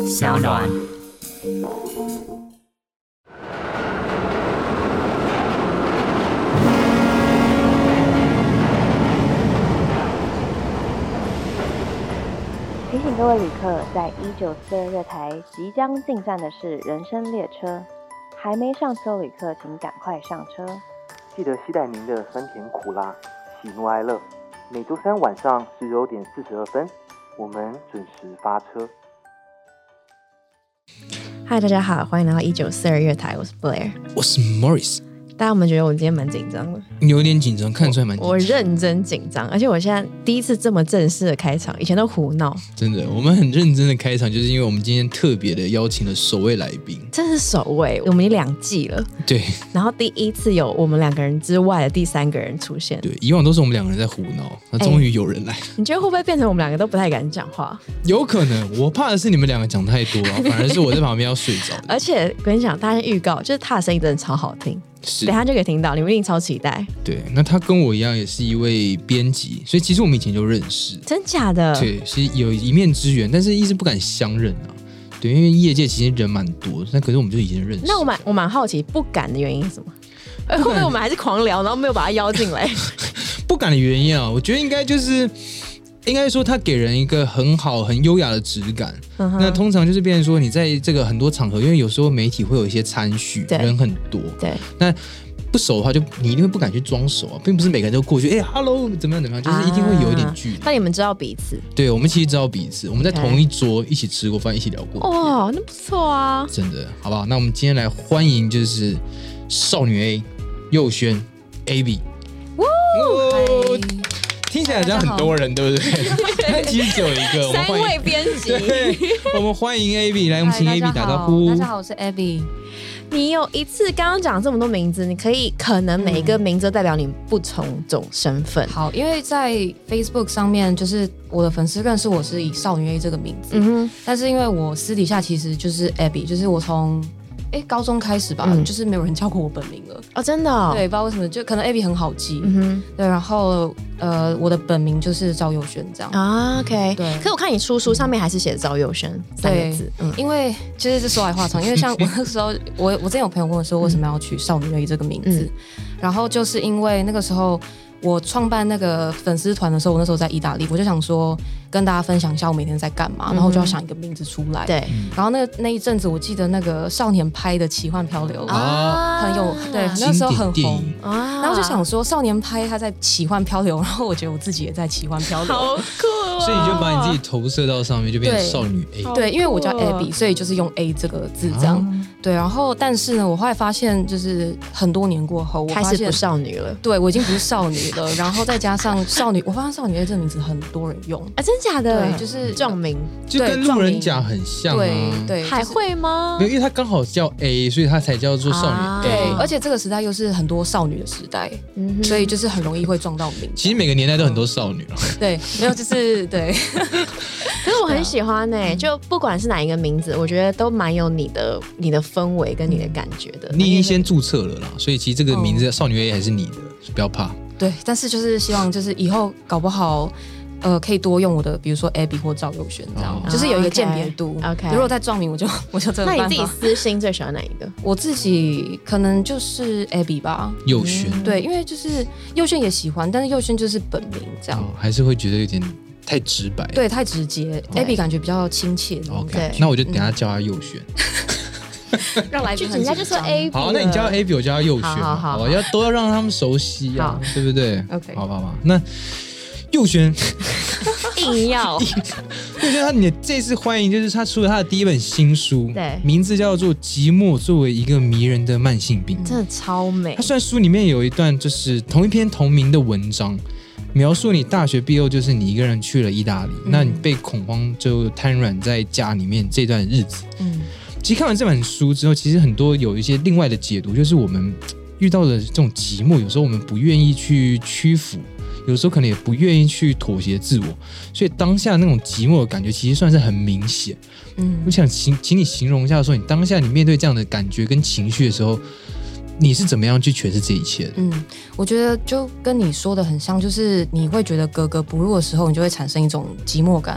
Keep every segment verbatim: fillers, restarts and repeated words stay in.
小暖。 提醒各位旅客，在一九四二月台即将进站的是人生列车，还没上车旅客请赶快上车。 记得携带您的酸甜苦辣、喜怒哀乐。每周三晚上十九点四十二分，我们准时发车。 嗨，大家好，欢迎来到一九四二月台，我是 Blair， 我是 Morris。 大家有没有觉得我今天蛮紧张的？ 有点紧张，看出来蛮紧张。 我认真紧张，而且我现在第一次这么正式的开场，以前都胡闹。 真的，我们很认真的开场，就是因为我们今天特别的邀请了首位来宾。 这是首位，我们已经两季了。 对。 然后第一次有我们两个人之外的第三个人出现。 对，以往都是我们两个人在胡闹，那终于有人来、欸。 你觉得会不会变成我们两个都不太敢讲话？ 有可能，我怕的是你们两个讲太多啊，反而是我在旁边要睡着。 而且跟你讲，大家预告就是他的声音真的超好听。 是， 等一下就可以听到，你们一定超期待。 对，那他跟我一样也是一位编辑，所以其实我们以前就认识。 真假的？ 对，其实有一面之缘，但是一直不敢相认啊。对，因为业界其实人蛮多，但可是我们就已经认识。 那我蛮我蛮好奇，不敢的原因是什么？会不会我们还是狂聊，然后没有把他邀进来？ 不敢的原因啊，我觉得应该就是。应该说，它给人一个很好、很优雅的质感。嗯、那通常就是变成说，你在这个很多场合，因为有时候媒体会有一些参叙，人很多。 对。 那不熟的话就，就你一定会不敢去装熟啊，并不是每个人都过去，哎、欸、，hello， 怎么样怎么样，就是一定会有一点距离。 那、啊、你们知道彼此？ 对，我们其实知道彼此，我们在同一桌一起吃过饭，一起聊过。 哦，那不错啊。 真的，好不好？那我们今天来欢迎就是少女 A 佑轩 Abby。 哇！ 听起来好像很多人，对不对？但其实只有一个。 三位编辑， 我们欢迎 Abby 来，我们请 Abby 打招呼。 大家好，我是 Abby。 你有一次刚刚讲这么多名字，你可以可能每一个名字都代表你不同种身份。 嗯、好，因为在 Facebook 上面，就是我的粉丝认识我是以少女 A 这个名字，嗯哼，但是因为我私底下其实就是 Abby， 就是我从。哎，高中开始吧、嗯，就是没有人叫过我本名了哦，真的、哦， 对，不知道为什么，就可能 Abby 很好记，嗯哼，对，然后呃，我的本名就是赵佑轩这样啊 ，OK， 对， 可是我看你出书上面还是写的赵佑轩三个字， 嗯，因为其实是说来话长，因为像我那时候，我我之前有朋友跟我说为什么要取少女 A 这个名字、嗯，然后就是因为那个时候。我创办那个粉丝团的时候，我那时候在意大利，我就想说跟大家分享一下我每天在干嘛，然后我就要想一个名字出来。 对， 然后那那一阵子，我记得那个少年拍的《奇幻漂流》啊，很有对，那时候很红啊。然后就想说少年拍他在奇幻漂流，然后我觉得我自己也在奇幻漂流， 好酷哦！ 所以你就把你自己投射到上面，就变成少女 A。 对，因为我叫 Abby， 所以就是用 A 这个字这样。啊、对，然后但是呢，我后来发现，就是很多年过后，我开始不少女了。 对，我已经不是少女了，然后再加上少女，我发现少女 A 这个名字很多人用啊，真假的？ 对，就是撞名， 就跟路人甲很像啊。 对对， 还会吗？ 没有，因为它刚好叫 A， 所以它才叫做少女 A。啊、 对，而且这个时代又是很多少女的时代，嗯、所以就是很容易会撞到名。 其实每个年代都很多少女了。 对，没有就是对。 可是我很喜欢呢、欸，就不管是哪一个名字，我觉得都蛮有你的你的氛围跟你的感觉的。 你已经先注册了啦，所以其实这个名字少女 A 还是你的，不要怕。 对，但是就是希望就是以后搞不好，呃，可以多用我的，比如说 Abby 或赵佑轩这样，哦、就是有一个鉴别度。 OK， 如果再撞名，我就我就真的。 那你自己私心最喜欢哪一个？ 我自己可能就是 Abby 吧。 佑轩、 嗯，对，因为就是佑轩也喜欢，但是佑轩就是本名这样、哦， 还是会觉得有点太直白。 对，太直接。Abby 感觉比较亲切那种感觉。 那我就等一下叫他佑轩。 让来宾人家就说 A， 好，那你叫 A B， 我叫他佑轩， 好好好， 好，要都要让他们熟悉啊，对不对 ？OK， 好吧好吧。那佑轩硬要， 佑轩他你这次欢迎就是他出了他的第一本新书， 对， 名字叫做《寂寞作为一个迷人的慢性病》， 真的超美。 他虽然书里面有一段就是同一篇同名的文章。描述你大学毕业后就是你一个人去了意大利，嗯、那你被恐慌就瘫软在家里面这段日子。嗯，其实看完这本书之后，其实很多有一些另外的解读，就是我们遇到的这种寂寞，有时候我们不愿意去屈服，有时候可能也不愿意去妥协自我，所以当下那种寂寞的感觉其实算是很明显。嗯，我想请请你形容一下，说你当下你面对这样的感觉跟情绪的时候。你是怎么样去诠释这一切的？ 嗯，我觉得就跟你说的很像，就是你会觉得格格不入的时候，你就会产生一种寂寞感。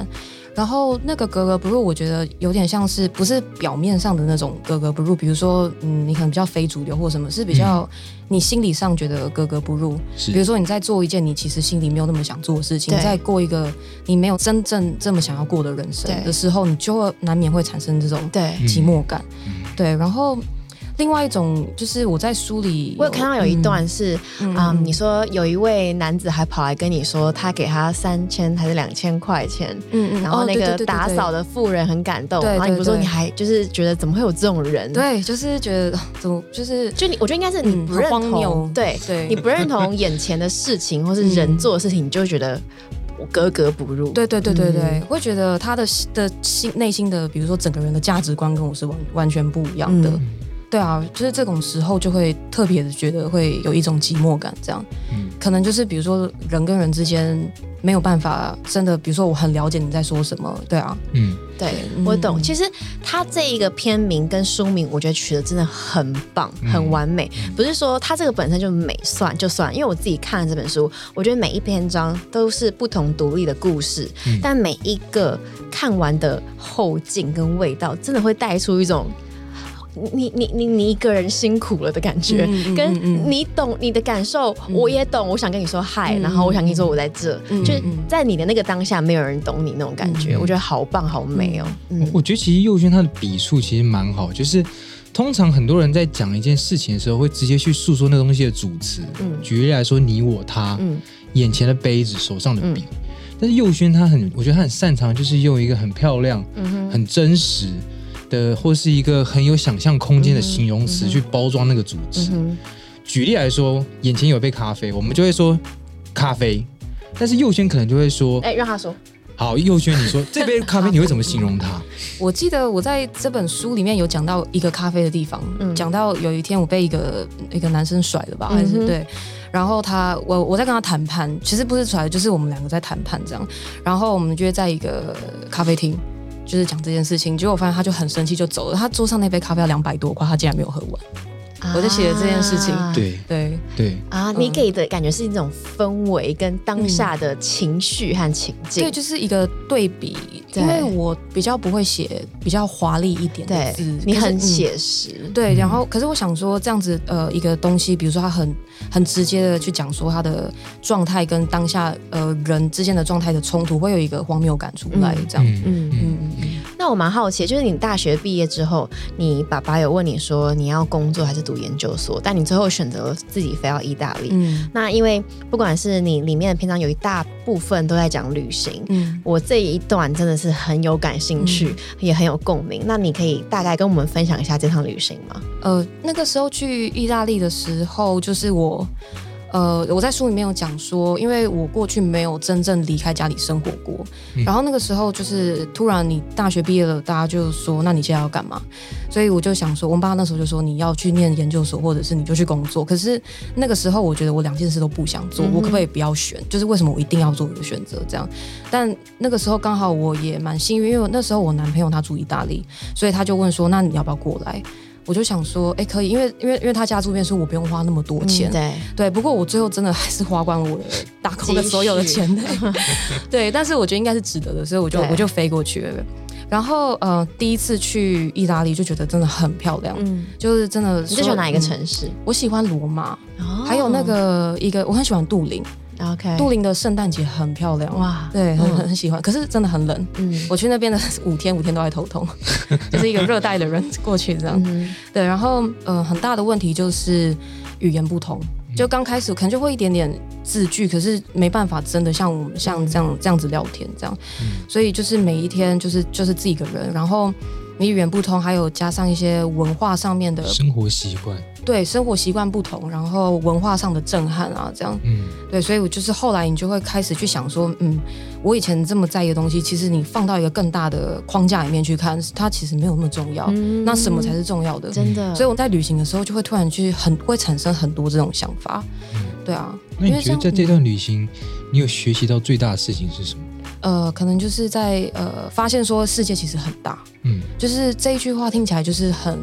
然后那个格格不入，我觉得有点像是不是表面上的那种格格不入，比如说，嗯，你可能比较非主流或什么，是比较你心理上觉得格格不入。比如说你在做一件你其实心里没有那么想做的事情，在过一个你没有真正这么想要过的人生的时候，你就会难免会产生这种寂寞感。嗯、对，然后。另外一种就是我在书里， 我有看到有一段是，嗯，嗯你说有一位男子还跑来跟你说，他给他三千还是两千块钱，嗯嗯，然后那个打扫的妇人很感动，然后你不是说你还就是觉得怎么会有这种人？ 对，就是觉得怎么就是就你，我觉得应该是你不认同，嗯、对对，你不认同眼前的事情或是人做的事情，你就会觉得。我格格不入， 对对对对对，嗯、会觉得他的的心内心的，比如说整个人的价值观跟我是完完全不一样的。嗯对啊，就是这种时候就会特别的觉得会有一种寂寞感，这样，嗯，可能就是比如说人跟人之间没有办法真的，比如说我很了解你在说什么，对啊， 嗯，对我懂。其实他这一个片名跟书名，我觉得取得真的很棒，很完美。嗯、不是说他这个本身就美算就算，因为我自己看了这本书，我觉得每一篇章都是不同独立的故事，嗯、但每一个看完的后劲跟味道，真的会带出一种。你你你你一个人辛苦了的感觉，嗯嗯嗯、跟你懂你的感受，嗯、我也懂。我想跟你说嗨，嗯、然后我想跟你说我在这，嗯、就是在你的那个当下，没有人懂你那种感觉，嗯、我觉得好棒好美哦。 嗯、我觉得其实佑轩他的笔触其实蛮好，就是通常很多人在讲一件事情的时候，会直接去诉说那个东西的主词。嗯、举例来说，你我他，嗯、眼前的杯子，手上的笔。嗯、但是佑轩他很，我觉得他很擅长，就是用一个很漂亮、嗯、很真实。的或是一个很有想象空间的形容词去包装那个主旨。嗯、举例来说，眼前有杯咖啡，我们就会说咖啡，但是佑轩可能就会说， 哎，让他说。 好，佑轩，你说这杯咖啡你会怎么形容它？ 我记得我在这本书里面有讲到一个咖啡的地方，讲、嗯、到有一天我被一个一个男生甩了吧，嗯、还是对，然后他我我在跟他谈判，其实不是甩，就是我们两个在谈判这样，然后我们就会在一个咖啡厅。就是讲这件事情，结果我发现他就很生气就走了。他桌上那杯咖啡要两百多块，他竟然没有喝完。啊、我就写了这件事情。 对对对啊！你给的感觉是一种氛围跟当下的情绪和情境。 嗯、对，就是一个对比。因为我比较不会写比较华丽一点的字， 你很写实。 嗯、对，然后可是我想说，这样子呃一个东西，比如说他很很直接的去讲说他的状态跟当下呃人之间的状态的冲突，会有一个荒谬感出来，这样。嗯嗯嗯嗯。那我蛮好奇，就是你大学毕业之后，你爸爸有问你说你要工作还是读研究所，但你最后选择了自己飞到意大利。嗯、那因为不管是你里面的篇章有一大部分都在讲旅行，嗯、我这一段真的是很有感兴趣，嗯、也很有共鸣。那你可以大概跟我们分享一下这趟旅行吗？ 呃，那个时候去意大利的时候，就是我。呃，我在书里面有讲说，因为我过去没有真正离开家里生活过，嗯、然后那个时候就是突然你大学毕业了，大家就说，那你现在要干嘛？所以我就想说，我爸那时候就说你要去念研究所，或者是你就去工作。可是那个时候我觉得我两件事都不想做，嗯、我可不可以不要选？就是为什么我一定要做一个选择这样？但那个时候刚好我也蛮幸运，因为那时候我男朋友他住意大利，所以他就问说，那你要不要过来？我就想说，哎，可以，因为因为因为他家住边，所以我不用花那么多钱，嗯、对对。不过我最后真的还是花光了我的打工的所有的钱，对。但是我觉得应该是值得的，所以我就我就飞过去了。然后呃，第一次去意大利就觉得真的很漂亮，嗯、就是真的。 你最喜欢哪一个城市？ 嗯、我喜欢罗马，哦、还有那个一个我很喜欢杜林。 OK， 杜林的圣诞节很漂亮哇，对，很很喜欢。可是真的很冷，嗯，我去那边的五天五天都在头痛，就是一个热带的人过去这样。嗯、对，然后呃，很大的问题就是语言不同，就刚开始可能就会一点点字句，可是没办法真的像我们像这样这样子聊天这样，嗯、所以就是每一天就是就是自己一个人，然后你语言不同，还有加上一些文化上面的生活习惯。 对，生活习惯不同，然后文化上的震撼啊，这样，嗯，对，所以我就是后来你就会开始去想说，嗯，我以前这么在意的东西，其实你放到一个更大的框架里面去看，它其实没有那么重要。嗯、那什么才是重要的？ 真的。 所以我在旅行的时候，就会突然去很会产生很多这种想法。嗯、对啊。 那你觉得在这段旅行，你有学习到最大的事情是什么？ 呃，可能就是在呃发现说世界其实很大，嗯，就是这一句话听起来就是很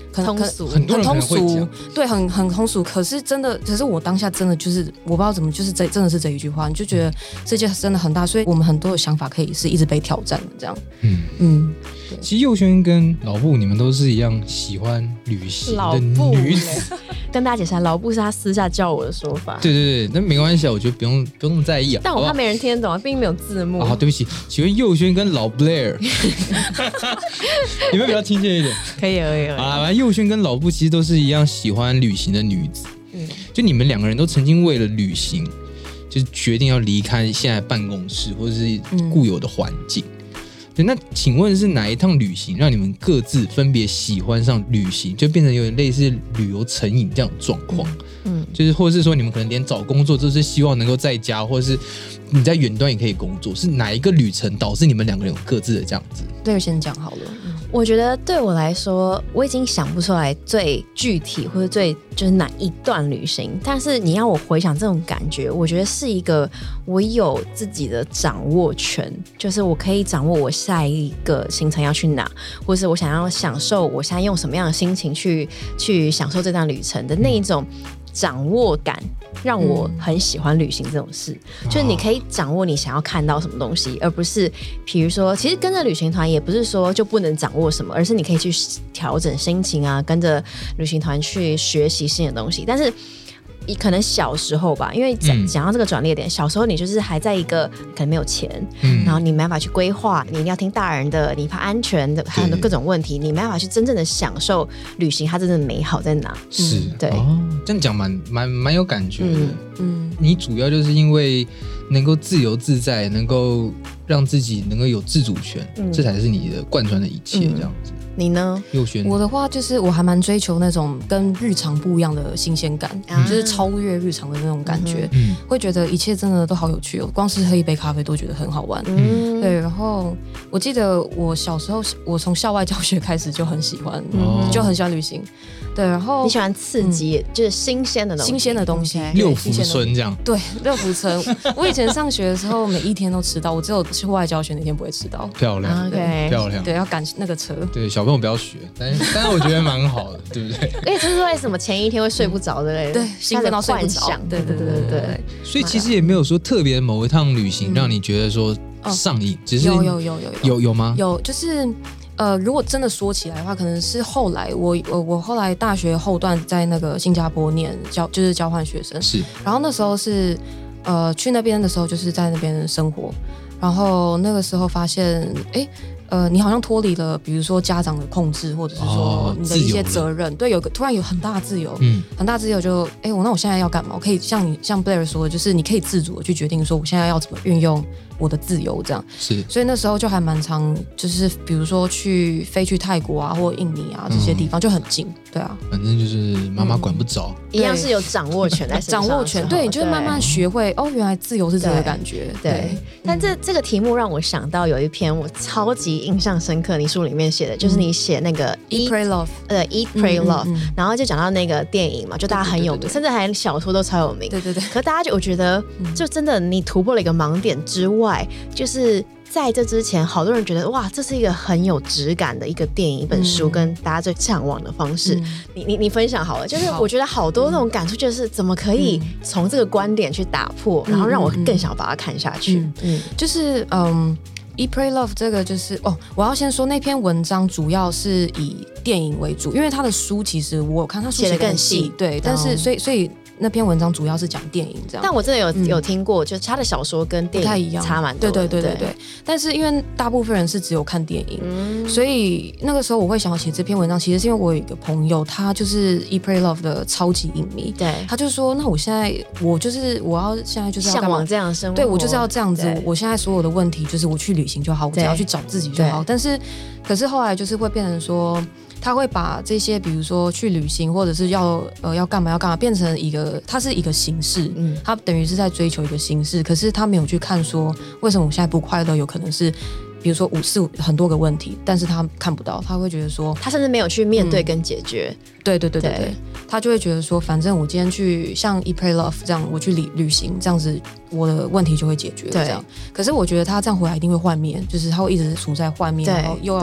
可能通俗很多人可通能会讲俗，对，很很通俗。可是真的，可是我当下真的就是我不知道怎么，就是这真的是这一句话，你就觉得世界真的很大，所以我们很多的想法可以是一直被挑战的这样。 嗯嗯， 其实佑轩跟老布你们都是一样喜欢旅行的女子。 跟大家解释，老布是他私下叫我的说法。 对对对，那没关系啊，我觉得不用不用那么在意啊。 但我怕没人听得懂啊，并没有字幕。 啊，对不起，请问佑轩跟老 Blair， 你们比较亲切一点。 可以可以可以。 好啦，反正佑轩跟老布其实都是一样喜欢旅行的女子。嗯，就你们两个人都曾经为了旅行，就是决定要离开现在办公室或者是固有的环境。嗯，对，那请问是哪一趟旅行让你们各自分别喜欢上旅行，就变成有点类似旅游成瘾这样的状况？嗯，就是或者是说你们可能连找工作都是希望能够在家，或者是你在远端也可以工作，是哪一个旅程导致你们两个人有各自的这样子？ 这个先讲好了。嗯， 我觉得对我来说，我已经想不出来最具体或者最就是哪一段旅行，但是你要我回想这种感觉，我觉得是一个我有自己的掌握权，就是我可以掌握我下一个行程要去哪，或是我想要享受我现在用什么样的心情去去享受这段旅程的那一种掌握感，让我很喜欢旅行这种事。嗯，就是你可以掌握你想要看到什么东西，而不是比如说其实跟着旅行团也不是说就不能掌握什么，而是你可以去调整心情啊，跟着旅行团去学习新的东西。但是可能小时候吧，因为讲讲到这个转捩点，小时候你就是还在一个可能没有钱，嗯，然后你没办法去规划，你一定要听大人的，你怕安全的，还有很多各种问题，你没办法去真正的享受旅行它真正的美好在哪。 是， 嗯，对， 哦，这样讲蛮蛮蛮有感觉的。 嗯嗯， 你主要就是因为能够自由自在，能够让自己能够有自主权，嗯，这才是你的贯穿的一切，这样子。嗯， 你呢？ 佑轩， 我的话就是我还蛮追求那种跟日常不一样的新鲜感，嗯，就是超越日常的那种感觉，嗯，会觉得一切真的都好有趣哦，光是喝一杯咖啡都觉得很好玩。嗯，对。然后我记得我小时候，我从校外教学开始就很喜欢，嗯，就很喜欢旅行。对，然后你喜欢刺激，嗯，就是新鲜的东西， 新鲜的东西， 六福村这样。 对，六福村。我以前上学的时候，每一天都迟到，我只有去户外教学那天不会迟到。 漂亮， 对， 漂亮。 对，要赶那个车。 对，小朋友不要学，但是但是我觉得蛮好的，对不对？ 而且就是为什么前一天会睡不着的嘞？ 对，兴奋到睡不着。 对对对对对。 所以其实也没有说特别某一趟旅行让你觉得说上瘾，只是有有有有有有有吗？ 有，就是。呃，如果真的说起来的话，可能是后来我我我后来大学后段在那个新加坡念交就是交换学生， 是， 然后那时候是呃去那边的时候就是在那边生活，然后那个时候发现，哎。呃，你好像脱离了，比如说家长的控制，或者是说你的一些责任，哦，对，有个突然有很大的自由，嗯，很大的自由就，哎，我那我现在要干嘛？我可以像你像 Blair 说的，就是你可以自主的去决定说我现在要怎么运用我的自由，这样是， 所以那时候就还蛮常，就是比如说去飞去泰国啊，或印尼啊这些地方，嗯，就很近，对啊， 反正就是妈妈管不着， 嗯，一样是有掌握权在身上， 掌握权，对，你就会慢慢学会，哦，原来自由是这个感觉， 对。对，但这这个题目让我想到有一篇我超级印象深刻。你书里面写的就是你写那个 Eat Pray Love， 呃 Eat Pray Love，嗯嗯嗯，然后就讲到那个电影嘛，就大家很有名，对对对对，甚至还小说都超有名。 对对对。 可大家就我觉得，就真的你突破了一个盲点之外，就是在这之前，好多人觉得哇，这是一个很有质感的一个电影、一本书，嗯，跟大家最向往的方式。嗯，你你你分享好了，就是我觉得好多那种感触，就是怎么可以从这个观点去打破，嗯，然后让我更想把它看下去。 嗯，嗯就是嗯。Eat Pray Love 这个就是哦，我要先说那篇文章主要是以电影为主，因为他的书其实我有看，他书写得更细，对，但是所以所以那篇文章主要是讲电影这样。 但我真的有、嗯、有听过，就是他的小说跟电影差蛮多的， 对对对对对。但是因为大部分人是只有看电影，嗯、所以那个时候我会想要写这篇文章，其实是因为我有一个朋友，他就是 Eat Pray Love 的超级影迷， 对， 他就说，那我现在我就是我要现在就是要向往这样的生活， 对我就是要这样子，我现在所有的问题就是我去旅行就好，我只要去找自己就好。但是可是后来就是会变成说。他会把这些，比如说去旅行，或者是要呃要干嘛要干嘛，变成一个，它是一个形式，嗯，他等于是在追求一个形式，可是他没有去看说为什么我现在不快乐，有可能是比如说五四很多个问题，但是他看不到，他会觉得说， 他甚至没有去面对跟解决， 嗯、对对对对 对, 对，他就会觉得说，反正我今天去像 Eat Pray Love 这样，我去旅旅行这样子，我的问题就会解决了这样。可是我觉得他这样回来一定会幻灭，就是他会一直处在幻灭，然后又要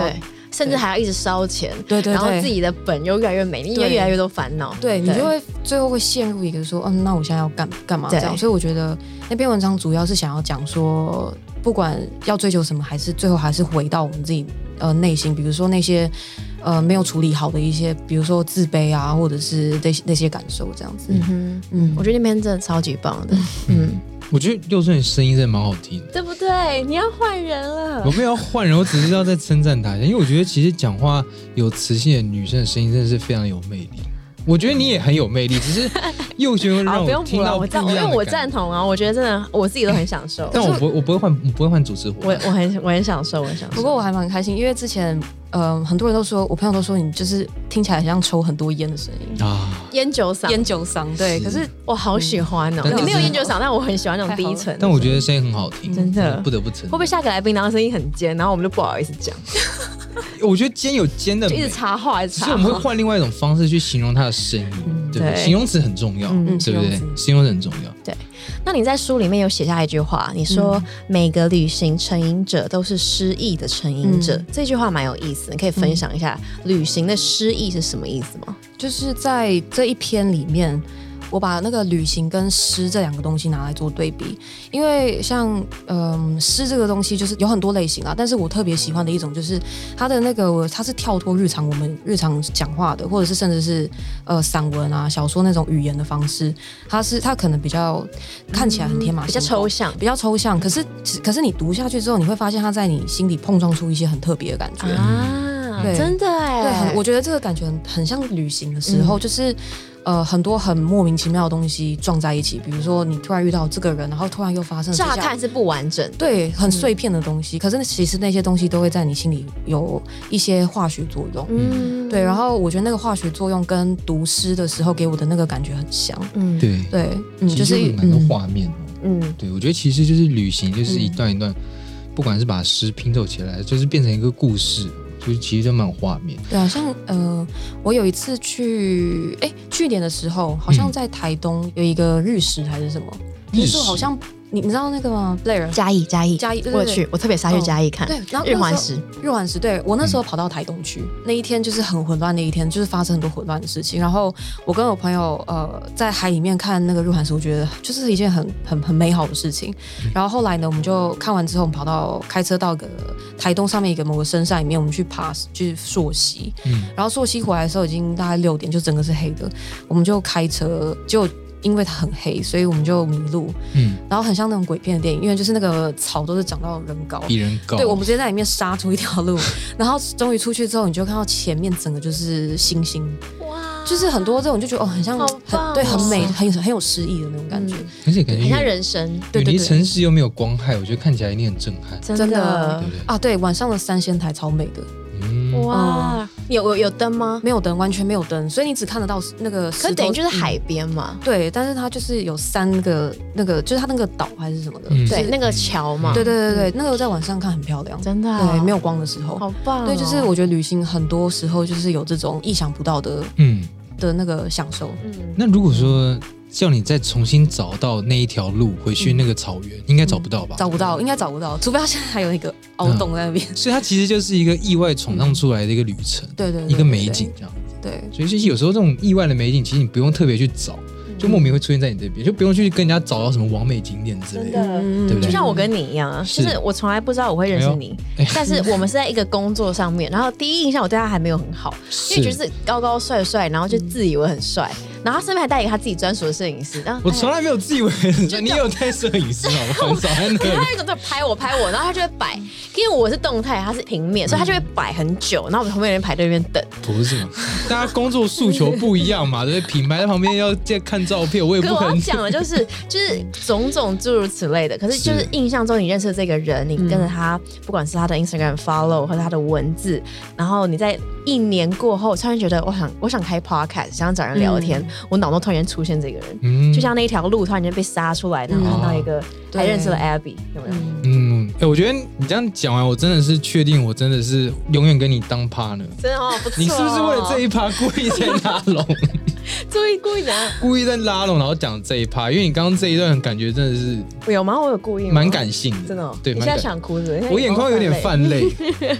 甚至还要一直烧钱， 对对对， 然后自己的本又越来越美，因为越来越多烦恼， 对你就会最后会陷入一个说，嗯，那我现在要干干嘛这样？所以我觉得那篇文章主要是想要讲说，不管要追求什么，还是最后还是回到我们自己呃内心，比如说那些呃没有处理好的一些，比如说自卑啊，或者是那些那些感受这样子。 嗯哼，嗯，我觉得那篇真的超级棒的，嗯。 我觉得佑顺的声音真的蛮好听的， 对不对？你要换人了。 我没有要换人，我只是要再称赞他一下，因为我觉得其实讲话有磁性的女生的声音真的是非常有魅力。我觉得你也很有魅力，只是佑轩会让我听到不一样的感觉。 我因为我赞同啊，我觉得真的我自己都很享受。 但我不我不会换，我不会换主持伙伴。我我很我很享受，我很享受。 不过我还蛮开心，因为之前呃很多人都说，我朋友都说你就是听起来很像抽很多烟的声音啊， 烟酒嗓， 烟酒嗓。对，可是我好喜欢哦。你没有烟酒嗓，但我很喜欢那种低沉。 但我觉得声音很好听， 真的不得不承认。 会不会下个来宾然后声音很尖，然后我们就不好意思讲？ 我觉得尖有尖的美， 就一直插话，一直插话。 其实我们会换另外一种方式去形容他的声音，嗯、对不对？形容词很重要，嗯、对不对？形容词很重要。 对。那你在书里面有写下一句话，你说、嗯、每个旅行成瘾者都是失意的成瘾者，嗯、这句话蛮有意思，你可以分享一下、嗯、旅行的失意是什么意思吗？ 就是在这一篇里面。我把那个旅行跟诗这两个东西拿来做对比，因为像嗯诗这个东西就是有很多类型啊，但是我特别喜欢的一种就是它的那个它是跳脱日常我们日常讲话的，或者是甚至是呃散文啊小说那种语言的方式，它是它可能比较看起来很天马行空、嗯、 比较抽象， 比较抽象，可是可是你读下去之后，你会发现它在你心里碰撞出一些很特别的感觉啊，对，真的哎， 对，我觉得这个感觉 很, 很像旅行的时候，嗯、就是。呃，很多很莫名其妙的东西撞在一起，比如说你突然遇到这个人，然后突然又发生， 乍看是不完整， 对，很碎片的东西，嗯、可是其实那些东西都会在你心里有一些化学作用，嗯，对，然后我觉得那个化学作用跟读诗的时候给我的那个感觉很像， 嗯，对对，嗯， 就是有蛮多画面，嗯，对，我觉得其实就是旅行，就是一段一段，嗯、不管是把诗拼凑起来，就是变成一个故事。就是其实就蛮有画面。 对啊，像呃，我有一次去，哎，去年的时候，好像在台东有一个日食还是什么， 日食好像你你知道那个吗 ？Blair 嘉义嘉义嘉义， 我去，我特别杀去嘉义看。 对，然后日环食， 日环食，对我那时候跑到台东去，那一天就是很混乱的一天，就是发生很多混乱的事情。然后我跟我朋友呃在海里面看那个日环食，我觉得就是一件很很很美好的事情。然后后来呢，我们就看完之后，我们跑到开车到个台东上面一个某个深山里面，我们去爬去溯溪。嗯，然后溯溪回来的时候已经大概六点，就整个是黑的，我们就开车就。因为它很黑，所以我们就迷路。嗯，然后很像那种鬼片的电影，因为就是那个草都是长到人高， 比人高。 对，我们直接在里面杀出一条路，然后终于出去之后，你就看到前面整个就是星星，哇，就是很多这种就觉得哦，很像很对，很美，很很有诗意的那种感觉，嗯、 而且感觉很像人生。 对对对， 城市又没有光害，我觉得看起来一定很震撼。 真的，真的对对啊，对，晚上的三仙台超美的。 嗯、哇，嗯、有有有灯吗？ 没有灯，完全没有灯，所以你只看得到那个石头。 可等于就是海边嘛、嗯。 对，但是它就是有三个那个，就是它那个岛还是什么的， 嗯、对，那个桥嘛。 对对对对，那个在晚上看很漂亮， 真的、啊。 对，没有光的时候， 好棒、哦。 对，就是我觉得旅行很多时候就是有这种意想不到的，嗯，的那个享受。嗯， 那如果说。叫你再重新找到那一条路回去那个草原，嗯、应该找不到吧？ 找不到，应该找不到，除非他现在还有一个凹洞在那边、嗯。 所以它其实就是一个意外闯荡出来的一个旅程，嗯、 对, 对, 对, 对， 一个美景这样子。 对， 所以有时候这种意外的美景，其实你不用特别去找。就莫名会出现在你这边，就不用去跟人家找到什么完美景点之类的，对不对？ 就像我跟你一样啊，是就是我从来不知道我会认识你，哎、但是我们是在一个工作上面，然后第一印象我对他还没有很好，因为就是高高帅帅，然后就自以为很帅，然后他身边还带一个他自己专属的摄影师。然后我从来没有自以为很帅，你有带摄影师吗？我很少在那里。 他有一种在拍我拍我，然后他就会摆，因为我是动态，他是平面，所以他就会摆很久，然后我们旁边人排队那边等。 不是嘛？大家工作诉求不一样嘛，对不对？品牌在旁边要看照片，我也不可能。 我讲的就是就是种种诸如此类的，可是就是印象中你认识的这个人，你跟着他，不管是他的 Instagram follow 或者他的文字，然后你在一年过后，突然觉得我想我想开 podcast， 想找人聊天，嗯、我脑中突然出现这个人，嗯、就像那一条路突然间被杀出来，然后看到一个、嗯、还认识了 Abby， 有没有？ 嗯，哎、欸，我觉得你这样讲完，我真的是确定，我真的是永远跟你当 partner， 真的哦，不错、哦。 你是不是为了这一趴故意在拉拢？ 故意故意的， 故意在拉拢，然后讲这一趴，因为你刚刚这一段感觉真的是有吗？我有故意吗？ 蛮感性的， 真的、哦。 对， 你现在想哭是不是？ 我眼眶有点泛泪。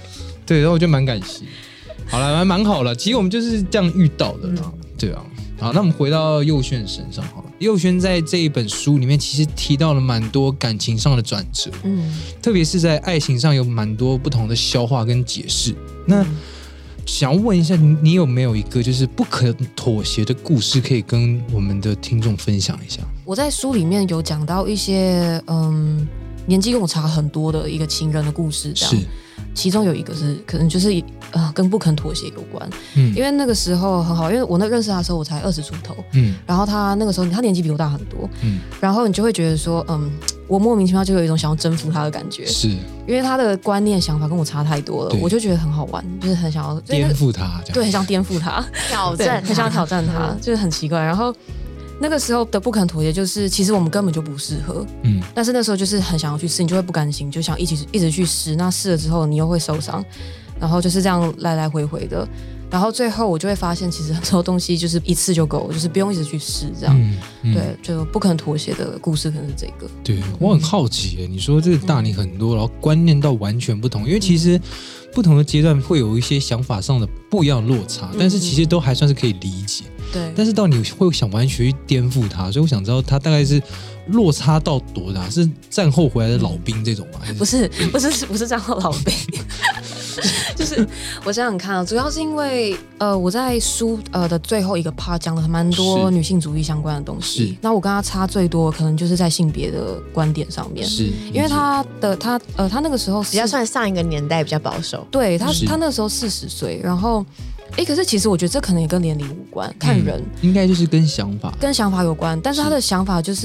对，然后我就蛮感谢。好了，蛮好了。其实我们就是这样遇到的啦，嗯、对啊。好，那我们回到佑轩身上好了。佑轩在这一本书里面，其实提到了蛮多感情上的转折，嗯，特别是在爱情上有蛮多不同的消化跟解释。那、嗯、想问一下，你有没有一个就是不可妥协的故事，可以跟我们的听众分享一下？ 我在书里面有讲到一些，嗯，年纪跟我差很多的一个情人的故事，这样。是。其中有一个是可能就是呃跟不肯妥协有关，嗯，因为那个时候很好，因为我那认识他的时候我才二十出头，嗯，然后他那个时候他年纪比我大很多，嗯，然后你就会觉得说，嗯，我莫名其妙就有一种想要征服他的感觉，是因为他的观念想法跟我差太多了，我就觉得很好玩，就是很想要颠覆他， 对，很想颠覆他， 挑战， 很想挑战他，就是很奇怪，然后。那个时候的不肯妥协，就是其实我们根本就不适合，嗯，但是那时候就是很想要去试，你就会不甘心，就想一起一直去试。那试了之后，你又会受伤，然后就是这样来来回回的。然后最后我就会发现，其实很多东西就是一次就够，就是不用一直去试这样。嗯嗯、对，就不肯妥协的故事可能是这个。 对，我很好奇耶，你说这个大你很多，然后观念到完全不同，因为其实不同的阶段会有一些想法上的不一样的落差，但是其实都还算是可以理解。 对， 但是到你会想完全去颠覆他，所以我想知道他大概是落差到多大？是战后回来的老兵这种吗？ 不是，不是，不是战后老兵，就是我想想看啊，主要是因为呃，我在书呃的最后一个 part 讲了蛮多女性主义相关的东西，那我跟他差最多可能就是在性别的观点上面，是因为他的他呃他那个时候比较算上一个年代比较保守， 对他他那个时候四十岁，然后。哎，可是其实我觉得这可能也跟年龄无关，看人、 嗯、应该就是跟想法， 跟想法有关。但是他的想法就是，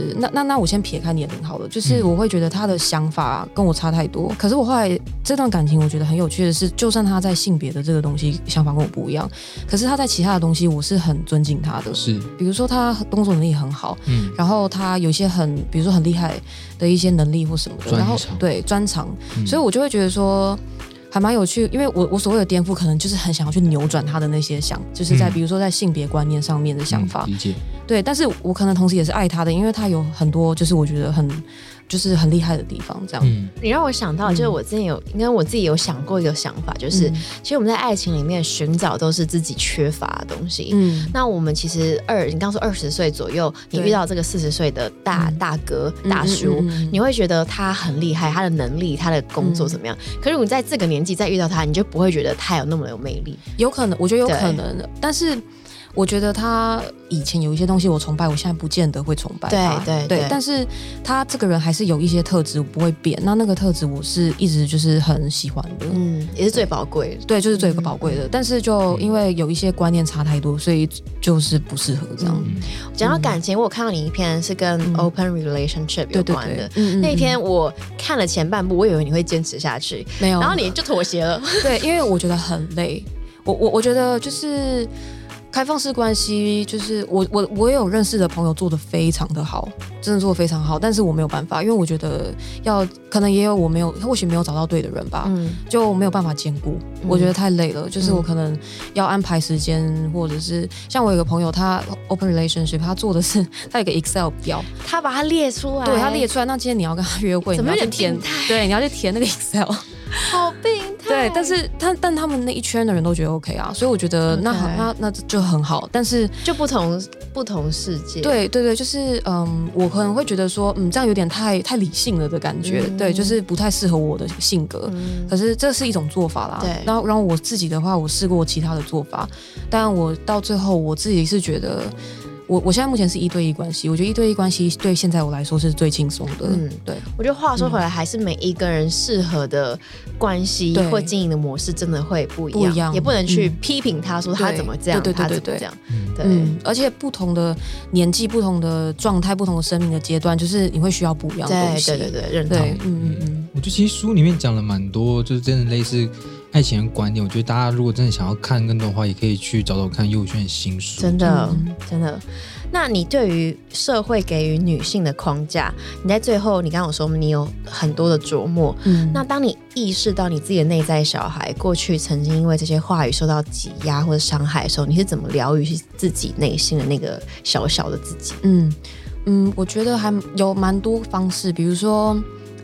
是那那那我先撇开年龄好了，就是我会觉得他的想法跟我差太多。嗯、可是我后来这段感情，我觉得很有趣的是，就算他在性别的这个东西想法跟我不一样，可是他在其他的东西，我是很尊敬他的。是，比如说他工作能力很好，嗯，然后他有一些很，比如说很厉害的一些能力或什么的，然后对专长、嗯，所以我就会觉得说。还蛮有趣，因为我我所谓的颠覆，可能就是很想要去扭转他的那些想，就是在、嗯、比如说在性别观念上面的想法， 嗯、理解。 对，但是我可能同时也是爱他的，因为他有很多就是我觉得很就是很厉害的地方，这样。 嗯、你让我想到，就是我之前有，因为我自己有想过一个想法，就是、嗯、其实我们在爱情里面寻找都是自己缺乏的东西。嗯，那我们其实二，你刚说二十岁左右，你遇到这个四十岁的大大哥、嗯、大叔、嗯嗯嗯，你会觉得他很厉害，他的能力、他的工作怎么样？嗯、可是如果你在这个年纪再遇到他，你就不会觉得他有那么有魅力。 有可能，我觉得有可能的，但是。我觉得他以前有一些东西我崇拜，我现在不见得会崇拜他。 对对对, 对， 但是他这个人还是有一些特质我不会变，那那个特质我是一直就是很喜欢的， 嗯，也是最宝贵的， 对，就是最宝贵的、嗯。但是就因为有一些观念差太多，所以就是不适合这样。 讲、嗯、到感情，我有看到你一篇是跟 open relationship 有关的，对对对，那一天我看了前半部，我以为你会坚持下去，没有，然后你就妥协了。 对，因为我觉得很累，我我我觉得就是。开放式关系就是我我我有认识的朋友做得非常的好，真的做得非常好，但是我没有办法，因为我觉得要可能也有我没有或许没有找到对的人吧，嗯，就没有办法兼顾、嗯，我觉得太累了，就是我可能要安排时间，或者是像我有个朋友，他 open relationship， 他做的是他有一个 Excel 表， 他把它列出来， 对他列出来，那今天你要跟他约会， 怎么有点填？对，你要去填那个 Excel。 好病态， 对，但是他但他们那一圈的人都觉得 OK 啊，所以我觉得那好、okay. 那那就很好，但是就不同不同世界， 对对对，就是嗯，我可能会觉得说，嗯，这样有点太太理性了的感觉，嗯、对，就是不太适合我的性格、嗯，可是这是一种做法啦，对，然后然后我自己的话，我试过其他的做法，但我到最后我自己是觉得。我我现在目前是一对一关系，我觉得一对一关系对现在我来说是最轻松的。嗯，对。 我觉得话说回来，还是每一个人适合的关系或经营的模式真的会不一样，不一样也不能去批评他说他怎么这样，对对对对对，他怎么这样。对， 嗯，而且不同的年纪、不同的状态、不同的生命的阶段，就是你会需要不一样的东西。 对对对对，认同。 嗯嗯嗯。 我觉得其实书里面讲了蛮多，就是真的类似。爱情的观念，我觉得大家如果真的想要看更多的话，也可以去找找看佑轩的新书。 真的，嗯、真的。那你对于社会给予女性的框架，你在最后，你刚刚有说你有很多的琢磨。嗯，那当你意识到你自己的内在小孩过去曾经因为这些话语受到挤压或者伤害的时候，你是怎么疗愈自己内心的那个小小的自己？ 嗯嗯，我觉得还有蛮多方式，比如说。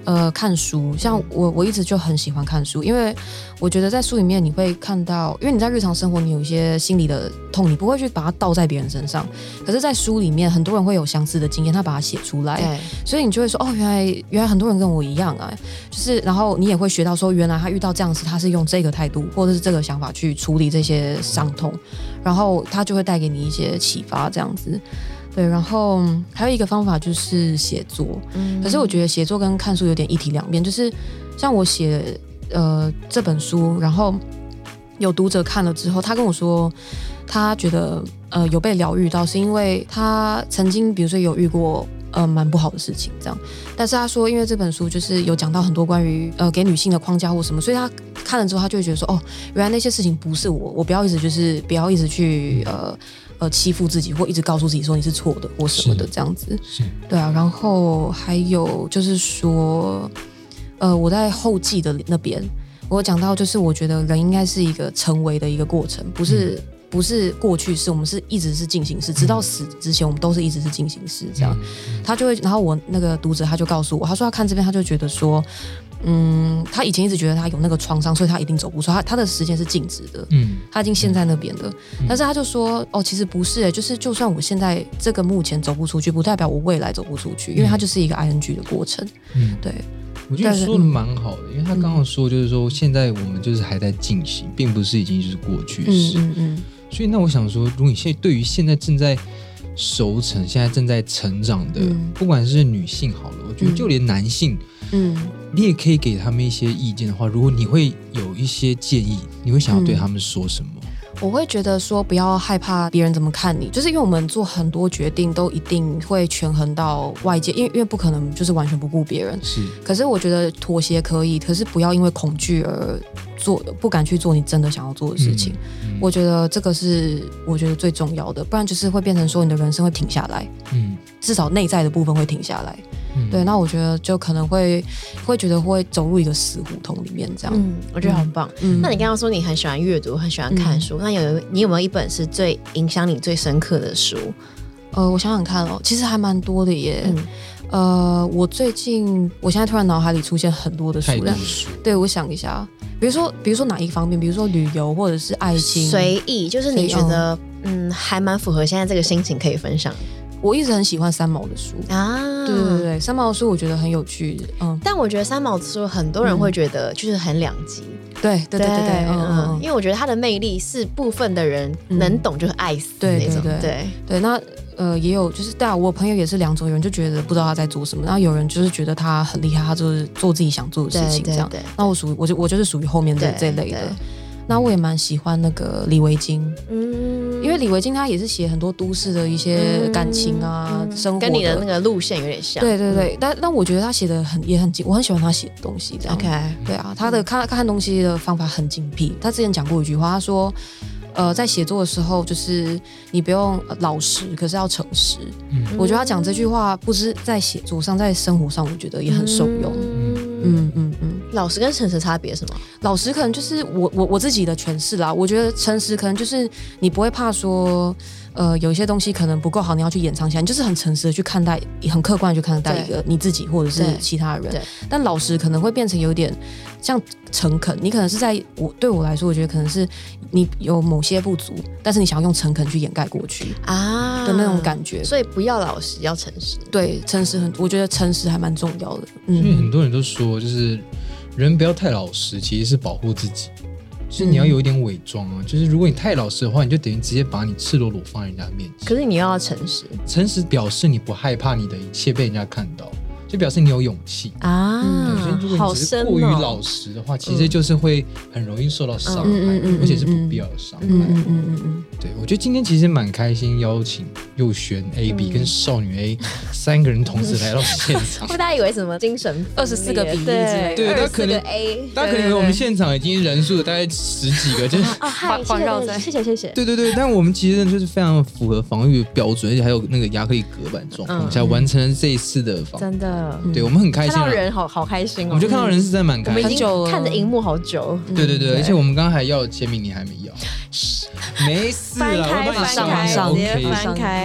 呃，看书，像我我一直就很喜欢看书，因为我觉得在书里面你会看到，因为你在日常生活你有一些心理的痛，你不会去把它倒在别人身上，可是在书里面很多人会有相似的经验，他把它写出来，所以你就会说哦，原来原来很多人跟我一样啊，就是然后你也会学到说，原来他遇到这样的事，他是用这个态度或者是这个想法去处理这些伤痛，然后他就会带给你一些启发，这样子。对，然后还有一个方法就是写作，嗯，可是我觉得写作跟看书有点一体两面，就是像我写呃这本书，然后有读者看了之后，他跟我说他觉得呃有被疗愈到，是因为他曾经比如说有遇过呃蛮不好的事情这样，但是他说因为这本书就是有讲到很多关于呃给女性的框架或什么，所以他看了之后他就会觉得说哦，原来那些事情不是我，我不要一直就是不要一直去呃。呃，欺负自己或一直告诉自己说你是错的或什么的这样子，对啊。然后还有就是说，呃，我在后记的那边，我有讲到就是我觉得人应该是一个成为的一个过程，不是、嗯、不是过去式，我们是一直是进行式，直到死之前我们都是一直是进行式这样。嗯、他就会，然后我那个读者他就告诉我，他说他看这边他就觉得说。嗯，他以前一直觉得他有那个创伤，所以他一定走不出。他他的时间是静止的，嗯，他已经陷在那边的。嗯、但是他就说，哦，其实不是、欸，就是就算我现在这个目前走不出去，不代表我未来走不出去，因为它就是一个 I N G 的过程。嗯，对， 我觉得说的蛮好的，因为他刚刚说就是说，现在我们就是还在进行，并不是已经就是过去式。嗯嗯嗯。所以那我想说，如果你现在对于现在正在熟成、现在正在成长的，嗯、不管是女性好了，我觉得就连男性，嗯。你也可以给他们一些意见的话，如果你会有一些建议，你会想要对他们说什么？嗯、 我会觉得说不要害怕别人怎么看你，就是因为我们做很多决定都一定会权衡到外界，因为因为不可能就是完全不顾别人。是，可是我觉得妥协可以，可是不要因为恐惧而做不敢去做你真的想要做的事情。嗯嗯、我觉得这个是我觉得最重要的，不然就是会变成说你的人生会停下来。嗯，至少内在的部分会停下来。嗯、对，那我觉得就可能会会觉得会走入一个死胡同里面这样。 嗯，我觉得很棒。嗯，那你刚刚说你很喜欢阅读，很喜欢看书，嗯、那有你有没有一本是最影响你最深刻的书？ 呃，我想想看哦，其实还蛮多的耶。嗯、呃，我最近我现在突然脑海里出现很多的书，但对我想一下，比如说比如说哪一方面，比如说旅游或者是爱情， 随意，就是你觉得嗯还蛮符合现在这个心情可以分享。 我一直很喜欢三毛的书啊，对对对，三毛的书我觉得很有趣，嗯， 但我觉得三毛的书很多人会觉得就是很两极， 嗯、对对对对对，嗯嗯，因为我觉得他的魅力是部分的人能懂就是爱死那种， 对对 对, 对, 对，那呃也有就是对啊，我朋友也是两种，有人就觉得不知道他在做什么，然后有人就是觉得他很厉害，他就是做自己想做的事情这样，那我属于我就我就是属于后面的这一类的。那我也蛮喜欢那个李维京，嗯，因为李维京他也是写很多都市的一些感情啊，嗯、生活的， 跟你的那个路线有点像。 对对对，嗯、但但我觉得他写的很也很精，我很喜欢他写的东西。这样 ，OK， 对啊，他的看看东西的方法很精辟。他之前讲过一句话，他说，呃，在写作的时候，就是你不用老实，可是要诚实。嗯、我觉得他讲这句话，不是在写作上，在生活上，我觉得也很受用。嗯嗯嗯嗯， 老实跟诚实差别是什么？ 老实可能就是我我我自己的诠释啦。我觉得诚实可能就是你不会怕说，呃，有一些东西可能不够好，你要去掩藏起来，你就是很诚实的去看待，很客观的去看待一个你自己或者是其他人。但老实可能会变成有点像诚恳，你可能是在我对我来说，我觉得可能是你有某些不足，但是你想要用诚恳去掩盖过去啊的那种感觉。 所以不要老实，要诚实。 对，诚实很，我觉得诚实还蛮重要的。 嗯，因为很多人都说，就是人不要太老实，其实是保护自己。就是你要有一点伪装啊，嗯、就是如果你太老实的话，你就等于直接把你赤裸裸放在人家面前。 可是你要诚实， 诚实表示你不害怕你的一切被人家看到，就表示你有勇气啊。对，所以如果你只是过于老实的话，其实就是会很容易受到伤害，嗯、而且是不必要的伤害。嗯嗯嗯嗯对，我觉得今天其实蛮开心，邀请佑璇、A B 跟少女 A 三个人同时来到现场。 大家以为什么精神二十四个比例之类的？ 对，大家可能 A， 大家可能以为我们现场已经人数大概十几个，就是啊，嗨，谢谢谢谢。 对对对，但我们其实就是非常符合防御标准，而且还有那个亚克力隔板状况下完成了这一次的访。 真的， 对我们很开心， 看到人好好开心哦。 我觉得看到人是真的蛮开心， 我们已经看着荧幕好久。 对对对，而且我们刚刚还要签名，你还没要。没事啦，我帮你上翻开， 上直接翻开。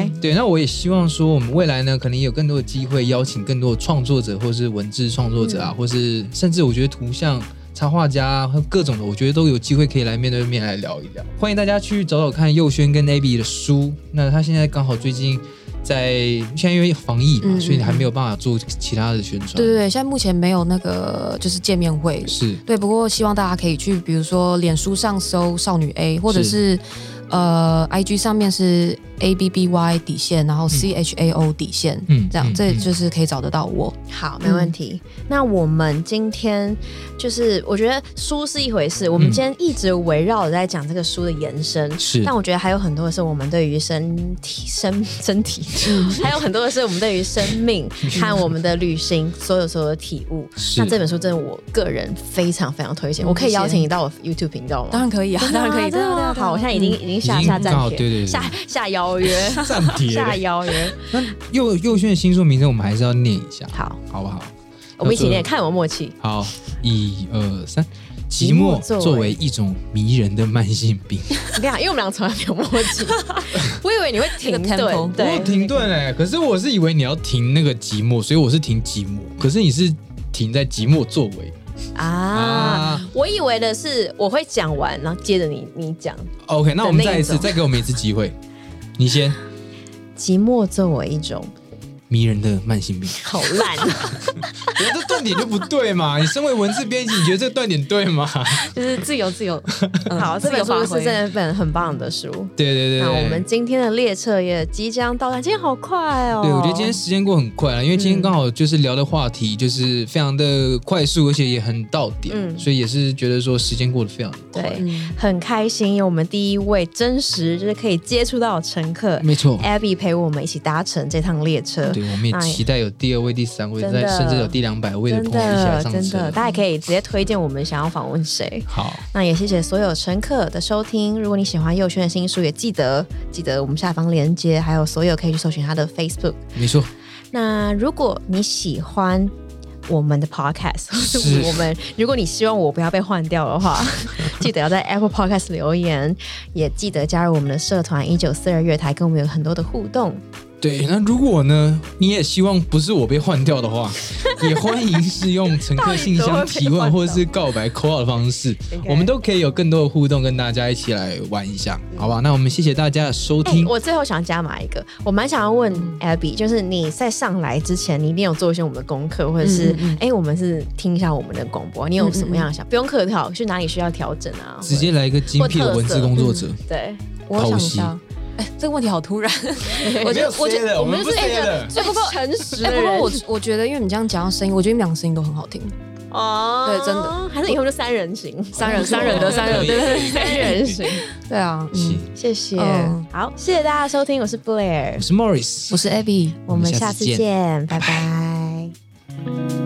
对对，那我也希望说，我们未来呢，可能也有更多的机会邀请更多的创作者，或是文字创作者啊，嗯、或是甚至我觉得图像插画家和各种的，我觉得都有机会可以来面对面来聊一聊。欢迎大家去找找看佑轩跟 Abby 的书。那他现在刚好最近在现在因为防疫嘛，嗯、所以还没有办法做其他的宣传。 对对对，现在目前没有那个就是见面会。 是对，不过希望大家可以去，比如说脸书上搜少女 A， 或者是。是呃 ，I G 上面是 A B B Y 底线，然后 C H A O 底线，嗯，这样、嗯、这就是可以找得到我。 好，没问题。嗯、那我们今天就是我觉得书是一回事，我们今天一直围绕着在讲这个书的延伸，是、嗯。但我觉得还有很多的是我们对于身体、身身体，嗯、还有很多的是我们对于生命和我们的旅行所有所有的体悟。那这本书真的我个人非常非常推荐，我可以邀请你到我 YouTube 频道吗？ 当然可以啊，当然可以。 真的好，我现在已经已经。下下暂帖， 对对对， 下下邀约， 暂帖， 下邀约。 那佑佑轩的新书名称，我们还是要念一下， 好， 好不好？ 我们一起念，看有没有默契。 好，一二三，寂寞作为一种迷人的慢性病。 你看，因为我们俩从来没有默契，我以为你会停顿， 对，我停顿哎，可是我是以为你要停那个寂寞，所以我是停寂寞，可是你是停在寂寞作为。 啊, 啊，我以为的是我会讲完，然后接着你你讲。 OK， 那我们再一次，再给我们一次机会，你先。 寂寞作为一种迷人的慢性病， 好烂啊！ 我觉得这断点就不对嘛。你身为文字编辑，你觉得这个断点对吗？ 就是自由自由。 嗯、好，这本书是真的一本很棒的书。 对对对。 那我们今天的列车也即将到站，今天好快哦。 对，我觉得今天时间过很快了，因为今天刚好就是聊的话题就是非常的快速，而且也很到点，嗯、所以也是觉得说时间过得非常快。 对，嗯、很开心，因为我们第一位真实就是可以接触到的乘客， 没错 ，Abby 陪我们一起搭乘这趟列车。 对，我们也期待有第二位、第三位，甚至有第两百位的朋友一起来上车。 真的，大家可以直接推荐我们想要访问谁。 好， 那也谢谢所有乘客的收听。如果你喜欢佑轩的新书，也记得记得我们下方连结，还有所有可以去搜寻他的 Facebook。 没错。 那如果你喜欢我们的 podcast， 是我们如果你希望我不要被换掉的话，记得要在 Apple Podcast 留言，也记得加入我们的社团一九四二月台，跟我们有很多的互动。 对，那如果呢，你也希望不是我被换掉的话，也欢迎是用乘客信箱提问或者是告白 call out 的方式， okay. 我们都可以有更多的互动，跟大家一起来玩一下，好吧？那我们谢谢大家的收听。 欸、我最后想加码一个，我蛮想要问 Abby， 就是你在上来之前，你一定有做一些我们的功课，或者是哎、嗯嗯欸，我们是听一下我们的广播，你有什么样的想？嗯嗯不用客套，是哪里需要调整啊？ 直接来一个精辟的文字工作者， 嗯、对， 我想一下。哎，这个问题好突然。 我觉得，我觉得我们就是一个最诚实的人。 不过我我觉得，因为你这样讲到声音，我觉得你们两个声音都很好听。 哦， 对，真的， 还是以后就三人行， 三人三人的三人，对对对， 三人行。 对啊， 嗯，谢谢。好，谢谢大家收听，我是 Blair， 我是 Morris， 我是 Abby， 我们下次见，拜拜。